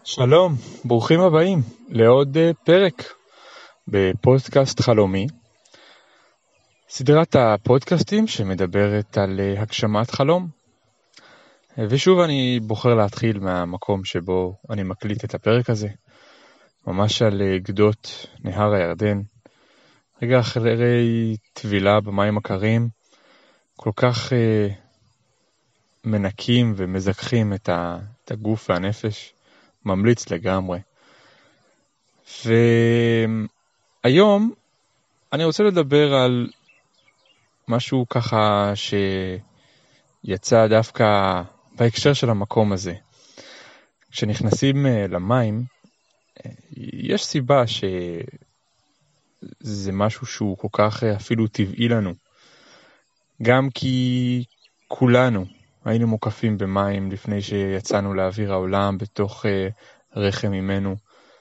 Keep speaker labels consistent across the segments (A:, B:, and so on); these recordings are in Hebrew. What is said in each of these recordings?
A: שלום, ברוכים הבאים לעוד פרק בפודקאסט חלומי, סדרת הפודקאסטים שמדברת על הגשמת חלום. ושוב אני בוחר להתחיל מהמקום שבו אני מקליט את הפרק הזה, ממש על גדות נהר הירדן, רגע אחרי טבילה במים הקרים, כל כך מנקים ומזכחים את הגוף והנפש, ממליץ לגמרי. והיום אני רוצה לדבר על משהו ככה שיצא דווקא בהקשר של המקום הזה. כשנכנסים למים, יש סיבה שזה משהו שהוא כל כך אפילו טבעי לנו. גם כי כולנו היינו מוקפים במים לפני שיצאנו לאוויר העולם בתוך רחם ממנו.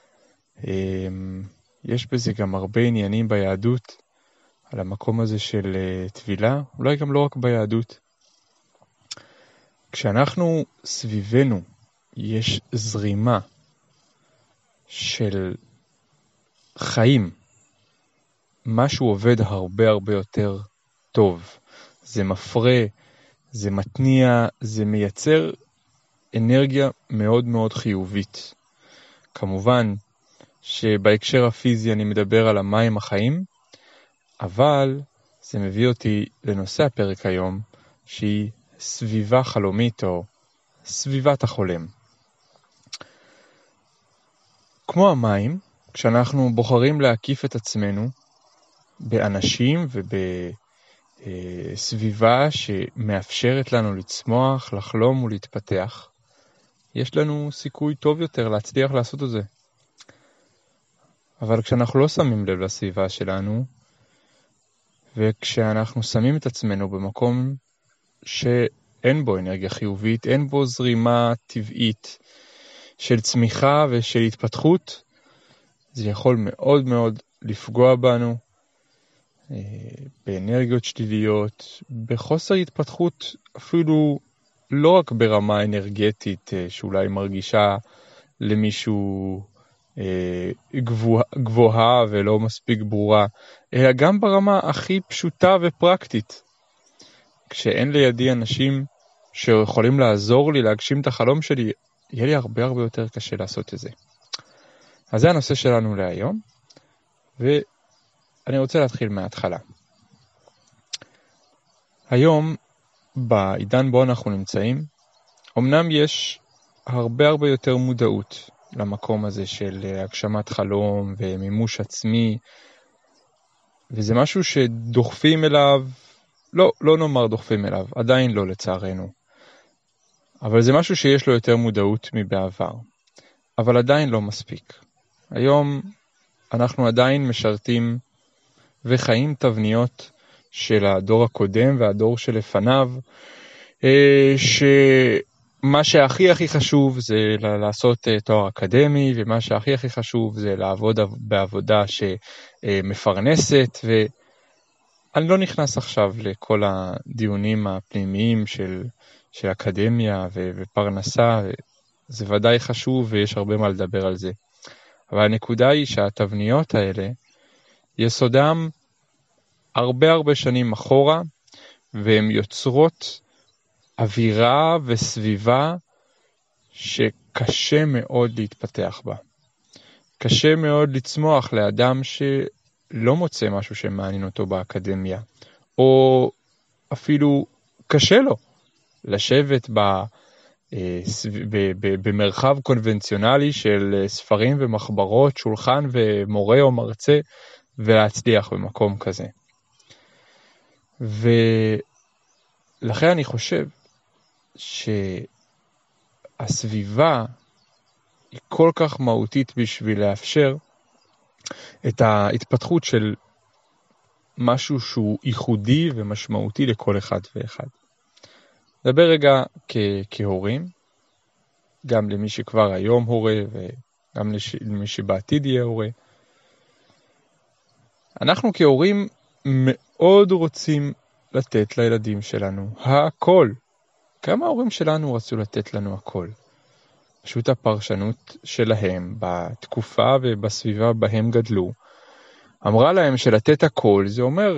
A: יש בזה גם הרבה עניינים ביהדות על המקום הזה של טבילה, אולי גם לא רק ביהדות. כשאנחנו סביבנו יש זרימה של חיים, משהו עובד הרבה יותר טוב. זה מפרה, זה מתניע, זה מייצר אנרגיה מאוד חיובית. כמובן שבהקשר הפיזי אני מדבר על המים החיים, אבל זה מביא אותי לנושא הפרק היום, שהיא סביבה חלומית או סביבת החולם. כמו המים, כשאנחנו בוחרים להקיף את עצמנו באנשים ובסביבה שמאפשרת לנו לצמוח, לחלום ולהתפתח, יש לנו סיכוי טוב יותר להצליח לעשות את זה. אבל כשאנחנו לא שמים לב לסביבה שלנו, וכשאנחנו שמים את עצמנו במקום שאין בו אנרגיה חיובית, אין בו זרימה טבעית של צמיחה ושל התפתחות, זה יכול מאוד לפגוע בנו, באנרגיות שליליות, בחוסר התפתחות אפילו לא רק ברמה אנרגטית שאולי מרגישה למישהו גבוהה ולא מספיק ברורה, אלא גם ברמה הכי פשוטה ופרקטית. כשאין לידי אנשים שיכולים לעזור לי להגשים את החלום שלי, יהיה לי הרבה יותר קשה לעשות את זה. אז זה הנושא שלנו להיום, ואני רוצה להתחיל מההתחלה. היום, בעידן בו אנחנו נמצאים, אמנם יש הרבה יותר מודעות למקום הזה של הגשמת חלום ומימוש עצמי, וזה משהו שדוחפים אליו, לא נאמר דוחפים אליו, עדיין לא לצערנו, אבל זה משהו שיש לו יותר מודעות מבעבר, אבל עדיין לא מספיק. היום אנחנו עדיין משרתים וחיים תבניות של הדור הקודם והדור שלפניו, שמה שהכי חשוב זה לעשות תואר אקדמי, ומה שהכי חשוב זה לעבוד בעבודה שמפרנסת, ואני לא נכנס עכשיו לכל הדיונים הפנימיים של אקדמיה ופרנסה, זה ודאי חשוב ויש הרבה מה לדבר על זה. אבל הנקודה היא שהתבניות האלה יסודם הרבה שנים אחורה, והן יוצרות אווירה וסביבה שקשה מאוד להתפתח בה. קשה מאוד לצמוח לאדם שלא מוצא משהו שמעניין אותו באקדמיה, או אפילו קשה לו לשבת במרחב קונבנציונלי של ספרים ומחברות, שולחן ומורה או מרצה, ולהצליח במקום כזה. ולכן אני חושב שהסביבה היא כל כך מהותית בשביל לאפשר את ההתפתחות של משהו שהוא ייחודי ומשמעותי לכל אחד ואחד. נדבר רגע כהורים, גם למי שכבר היום הורה וגם למי שבעתיד יהיה הורה. אנחנו כהורים מאוד רוצים לתת לילדים שלנו הכל. כמה ההורים שלנו רצו לתת לנו הכל? פשוט הפרשנות שלהם בתקופה ובסביבה בהם גדלו, אמרה להם שלתת הכל זה אומר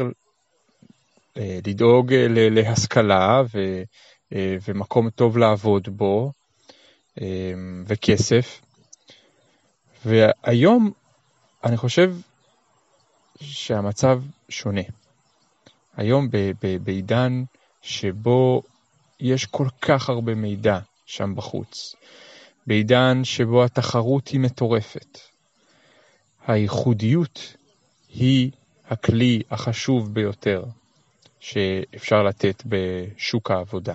A: לדאוג להשכלה ומקום טוב לעבוד בו וכסף. והיום אני חושב שהמצב שונה. היום בעידן שבו יש כל כך הרבה מידע שם בחוץ, בעידן שבו התחרות היא מטורפת, הייחודיות היא הכלי החשוב ביותר שאפשר לתת בשוק העבודה,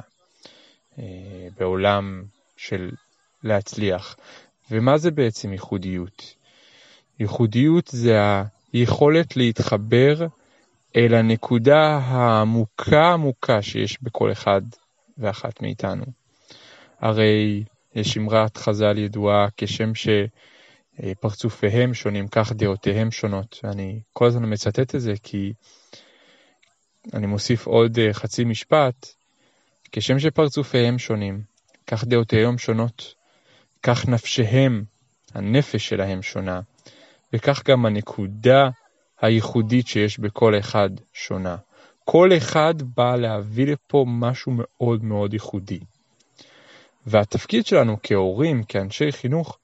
A: בעולם של להצליח. ומה זה בעצם ייחודיות? ייחודיות זה היכולת להתחבר אל הנקודה העמוקה שיש בכל אחד ואחת מאיתנו. הרי יש אמרת חז"ל ידועה, כשם שפרצופיהם שונים, כך דעותיהם שונות. אני כל הזמן מצטט את זה כי אני מוסיף עוד חצי משפט. כשם שפרצופיהם שונים, כך דעותיהם שונות, כך נפשהם, הנפש שלהם שונה, וכך גם הנקודה הייחודית שיש בכל אחד שונה. כל אחד בא להביא לפה משהו מאוד מאוד ייחודי. והתפקיד שלנו כהורים, כאנשי חינוך,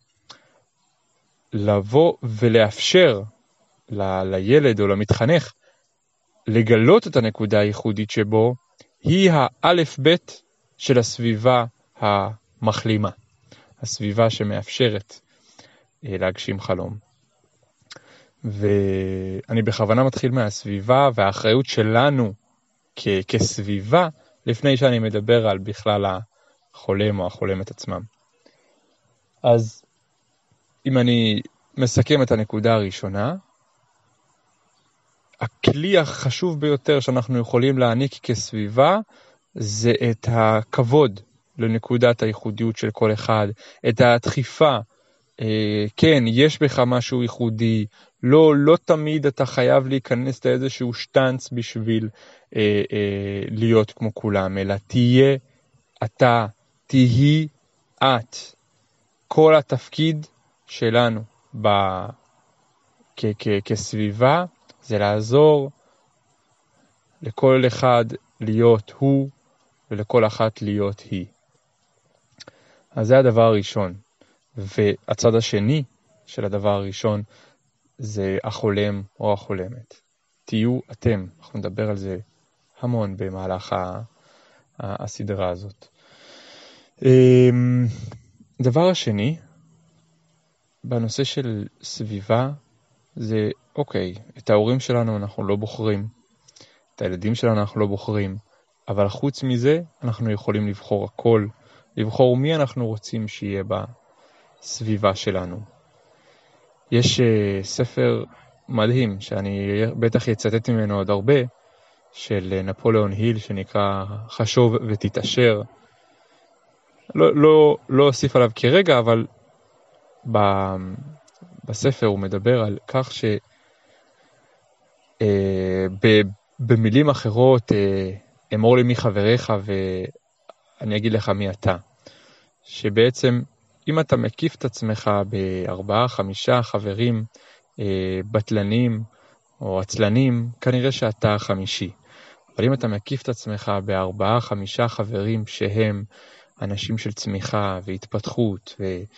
A: לבוא ולאפשר לילד או למתחנך לגלות את הנקודה הייחודית שבו, היא האלף בית של הסביבה המחלימה, הסביבה שמאפשרת להגשים חלום. ואני בכוונה מתחיל מהסביבה והאחריות שלנו כסביבה, לפני שאני מדבר על בכלל החולם או החולמת עצמם. אז אם אני מסכם את הנקודה הראשונה, הכלי החשוב ביותר שאנחנו יכולים להעניק כסביבה, זה את הכבוד לנקודת הייחודיות של כל אחד, את הדחיפה. כן, יש בך משהו ייחודי, לא תמיד אתה חייב להיכנס לאיזשהו שטנץ בשביל להיות כמו כולם, אלא תהיה אתה, תהי את. כל התפקיד שלנו כסביבה זה לעזור לכל אחד להיות הוא ולכל אחת להיות היא. אז זה הדבר הראשון. והצד השני של הדבר הראשון זה החולם או החולמת. תהיו אתם. אנחנו נדבר על זה המון במהלך הסדרה הזאת. דבר השני, בנושא של סביבה, זה אוקיי, את ההורים שלנו אנחנו לא בוחרים, את הילדים שלנו אנחנו לא בוחרים, אבל חוץ מזה אנחנו יכולים לבחור הכל, לבחור מי אנחנו רוצים שיהיה בסביבה שלנו. יש ספר מדהים שאני בטח יצטט ממנו עוד הרבה, של נפוליאון היל, שנקרא חשוב ותתעשר. לא אוסיף עליו כרגע, אבל בספר הוא מדבר על כך במילים אחרות, אמור לי מי חבריך ואני אגיד לך מי אתה. שבעצם אם אתה מקיף את עצמך ב4-5 חברים בטלנים או עצלנים, כנראה שאתה חמישי. אבל אם אתה מקיף את עצמך ב4-5 חברים שהם אנשים של צמיחה והתפתחות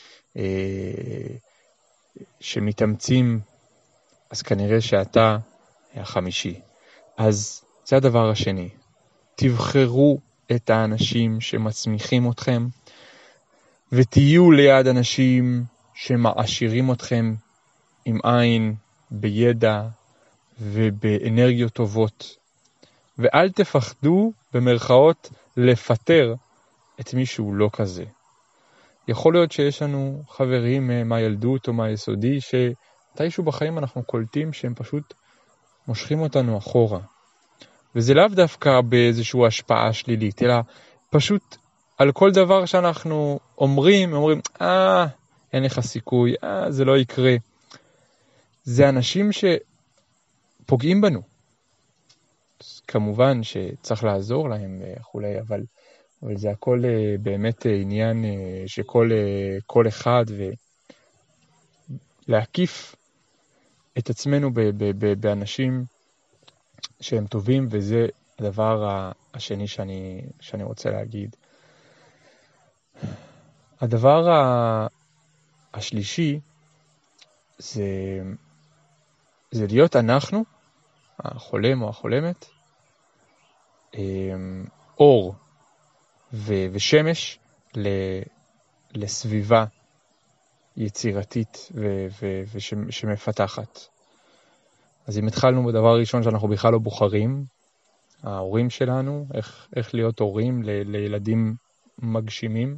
A: שמתאמצים, אז כנראה שאתה החמישי. אז זה הדבר השני. תבחרו את האנשים שמצמיחים אתכם, ותהיו ליד אנשים שמעשירים אתכם עם עין, בידע ובאנרגיות טובות. ואל תפחדו במרכאות לפטר את מישהו לא כזה. יכול להיות שיש לנו חברים מהילדות או מהיסודי שמתישהו בחיים אנחנו קולטים שהם פשוט מושכים אותנו אחורה. וזה לאו דווקא באיזושהי השפעה שלילית, אלא פשוט על כל דבר שאנחנו אומרים, אין לך סיכוי, זה לא יקרה. זה אנשים שפוגעים בנו. כמובן שצריך לעזור להם וכולי, אבל זה הכל באמת עניין שכל כל אחד, ולהקיף את עצמנו באנשים שהם טובים, וזה הדבר השני שאני רוצה להגיד. הדבר השלישי זה להיות אנחנו, החולם או החולמת, אור ושמש לסביבה יצירתית שמפתחת. אז אם התחלנו בדבר הראשון שאנחנו בכלל לא בוחרים, ההורים שלנו, איך להיות הורים לילדים מגשימים,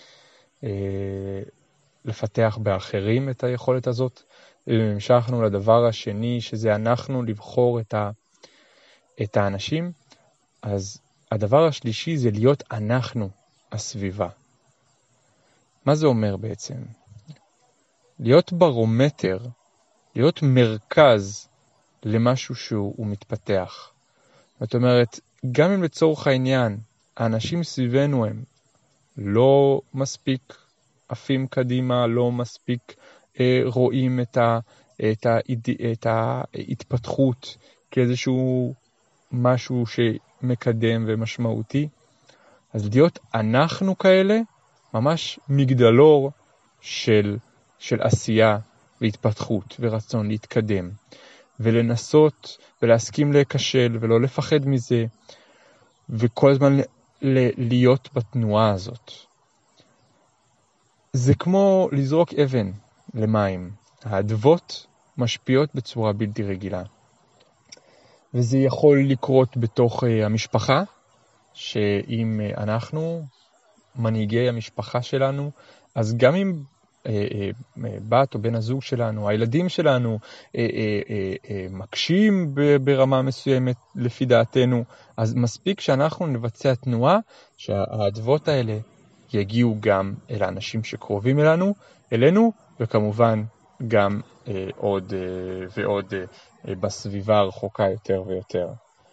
A: לפתח באחרים את היכולת הזאת. המשכנו לדבר השני, שזה אנחנו לבחור את האנשים. אז הדבר השלישי זה להיות אנחנו הסביבה. מה זה אומר בעצם? להיות ברומטר, להיות מרכז למשהו שהוא מתפתח. זאת אומרת, גם אם לצורך העניין, האנשים סביבנו הם לא מספיק עפים קדימה, לא מספיק רואים את ההתפתחות כאיזשהו משהו שמקדם ומשמעותי. אז להיות אנחנו כאלה, ממש מגדלור של עשייה והתפתחות ורצון להתקדם. ולנסות ולהסכים להיכשל ולא לפחד מזה, וכל הזמן להיות בתנועה הזאת. זה כמו לזרוק אבן למים. האדוות משפיעות בצורה בלתי רגילה. וזה יכול לקרות בתוך המשפחה, שאם אנחנו מנהיגי המשפחה שלנו, אז גם אם בת או בן הזוג שלנו, הילדים שלנו מקשים ברמה מסוימת לפי דעתנו, אז מספיק שאנחנו נבצע תנועה שהאדוות האלה יגיעו גם אל האנשים שקרובים אלינו, וכמובן גם עוד ועוד בסביבה הרחוקה יותר ויותר.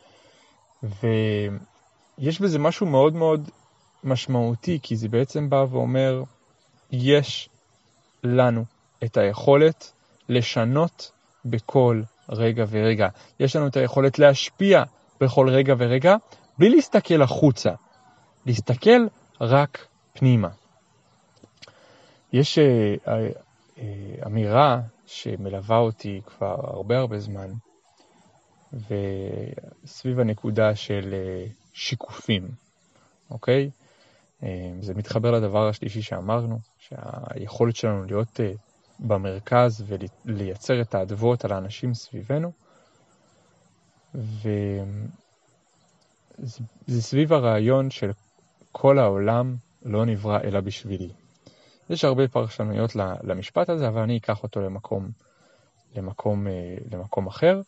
A: ויש בזה משהו מאוד מאוד משמעותי, כי זה בעצם בא ואומר, יש לנו את היכולת לשנות בכל רגע ורגע. יש לנו את היכולת להשפיע בכל רגע ורגע, בלי להסתכל החוצה. להסתכל רק פנימה. יש אמירה שמלווה אותי כבר הרבה זמן, וסביב הנקודה של שיקופים. אוקיי? זה מתחבר לדבר השלישי שאמרנו, שהיכולת שלנו להיות במרכז ולייצר את האדוות על האנשים סביבנו, וזה סביב הרעיון של כל העולם לא נברא אלא בשבילי. יש הרבה פרשנויות למשפט הזה, אבל אני אקח אותו למקום אחר,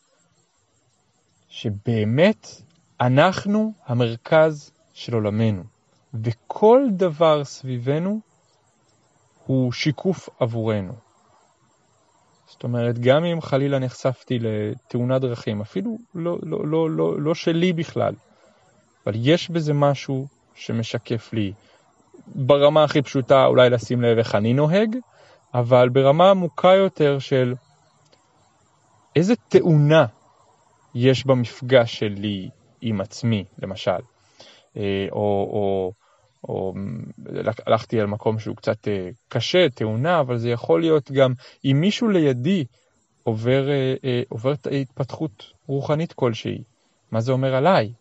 A: שבאמת אנחנו המרכז של עולמנו. וכל דבר סביבנו הוא שיקוף עבורנו. זאת אומרת, גם אם חלילה נחשפתי לתאונת דרכים, אפילו לא שלי בכלל, אבל יש בזה משהו שמשקף לי. ברמה הכי פשוטה אולי לשים לב איך אני נוהג, אבל ברמה עמוקה יותר של איזה תאונה יש במפגש שלי עם עצמי, למשל. או הלכתי על מקום שהוא קצת קשה, תאונה, אבל זה יכול להיות גם אם מישהו לידי עובר התפתחות רוחנית כלשהי. מה זה אומר עליי?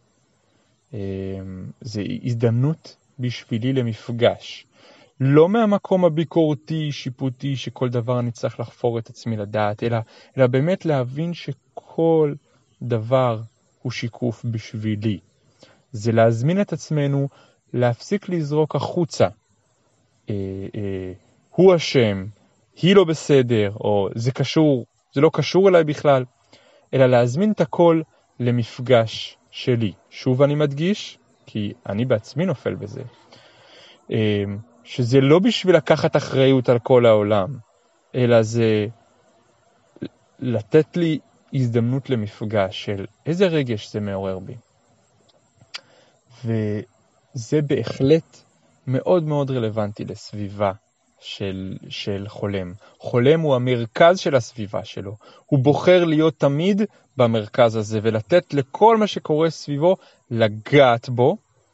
A: זה הזדמנות בשבילי למפגש. לא מהמקום הביקורתי, שיפוטי, שכל דבר אני צריך לחפור את עצמי לדעת, אלא באמת להבין שכל דבר הוא שיקוף בשבילי. זה להזמין את עצמנו, להפסיק לזרוק החוצה. הוא אשם, היא לא בסדר, או זה לא קשור אליי בכלל, אלא להזמין את הכל למפגש שלי. שוב אני מדגיש, כי אני בעצמי נופל בזה, שזה לא בשביל לקחת אחריות על כל העולם, אלא זה לתת לי הזדמנות למפגש של איזה רגש זה מעורר בי. זה בהחלט מאוד מאוד רלוונטי לסביבה של חולם. חולם הוא המרכז של הסביבה שלו. הוא בוחר להיות תמיד במרכז הזה ולתת לכל מה שקורה סביבו לגעת בו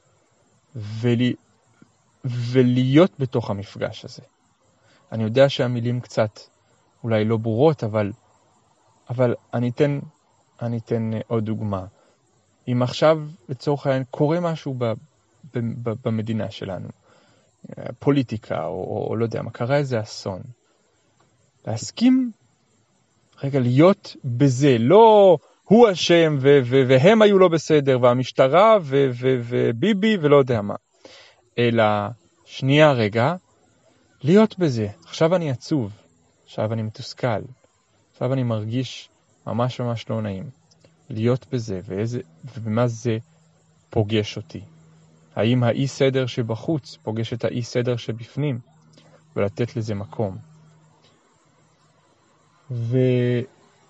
A: ולהיות בתוך המפגש הזה. אני יודע שהמילים קצת אולי לא ברורות, אבל אני אתן עוד דוגמה. אם עכשיו לצורך העניין קורה משהו במדינה שלנו, פוליטיקה או לא יודע מה, קרה איזה אסון, להסכים רגע להיות בזה, לא הוא אשם והם היו לא בסדר והמשטרה וביבי ולא יודע מה, אלא שנייה רגע להיות בזה. עכשיו אני עצוב, עכשיו אני מתוסכל, עכשיו אני מרגיש ממש ממש לא נעים. להיות בזה ובמה זה פוגש אותי. האם האי סדר שבחוץ פוגש את האי סדר שבפנים, ולתת לזה מקום. והדבר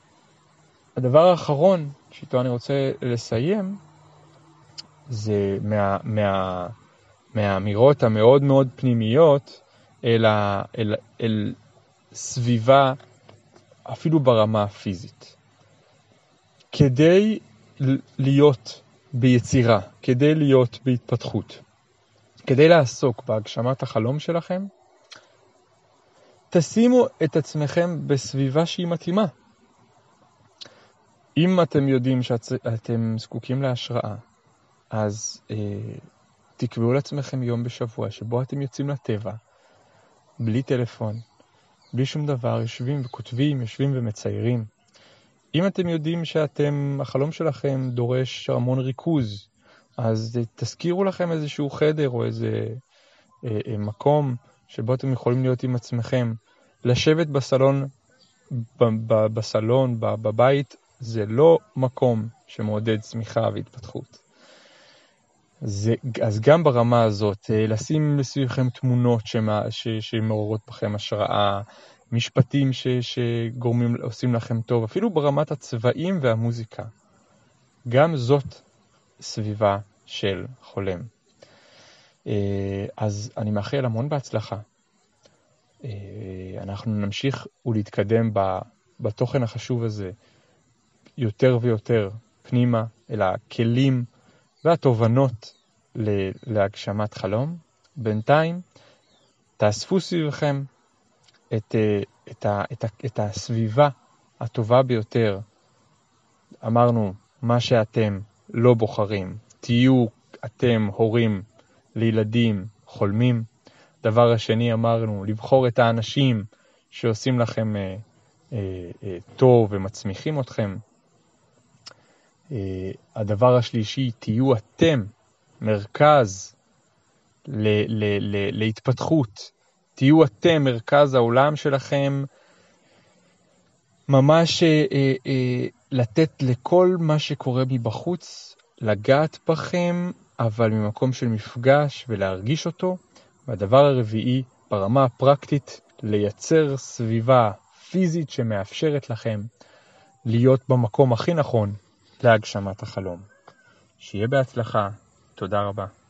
A: האחרון שאיתו אני רוצה לסיים, זה מהאמירות המאוד מאוד פנימיות אל סביבה אפילו ברמה הפיזית. כדי להיות ביצירה, כדי להיות בהתפתחות, כדי לעסוק בהגשמת החלום שלכם, תשימו את עצמכם בסביבה שהיא מתאימה. אם אתם יודעים שאתם זקוקים להשראה, אז תקבעו לעצמכם יום בשבוע שבו אתם יוצאים לטבע, בלי טלפון, בלי שום דבר, יושבים וכותבים, יושבים ומציירים. אם אתם יודעים החלום שלכם דורש המון ריכוז, אז תזכירו לכם איזשהו חדר או איזה מקום שבו אתם יכולים להיות עם עצמכם. לשבת בסלון, בבית, זה לא מקום שמעודד צמיחה והתפתחות. אז גם ברמה הזאת, לשים מסביבכם תמונות שמעוררות בכם השראה, משפטים שגורמים, עושים לכם טוב, אפילו ברמת הצבעים והמוזיקה. גם זאת סביבה של חולם. אז אני מאחל המון בהצלחה. אנחנו נמשיך ולהתקדם בתוכן החשוב הזה יותר ויותר פנימה אל הכלים והתובנות להגשמת חלום. בינתיים תאספו סביבכם את הסביבה הטובה ביותר. אמרנו, מה שאתם לא בוחרים, תהיו אתם הורים לילדים חולמים. דבר השני, אמרנו, לבחור את האנשים שעושים לכם טוב ומצמיחים אתכם. הדבר השלישי, תהיו אתם מרכז להתפתחות. תהיו אתם מרכז העולם שלכם, ממש לתת לכל מה שקורה מבחוץ, לגעת בכם, אבל ממקום של מפגש ולהרגיש אותו. והדבר הרביעי, ברמה הפרקטית, לייצר סביבה פיזית שמאפשרת לכם להיות במקום הכי נכון להגשמת החלום. שיהיה בהצלחה. תודה רבה.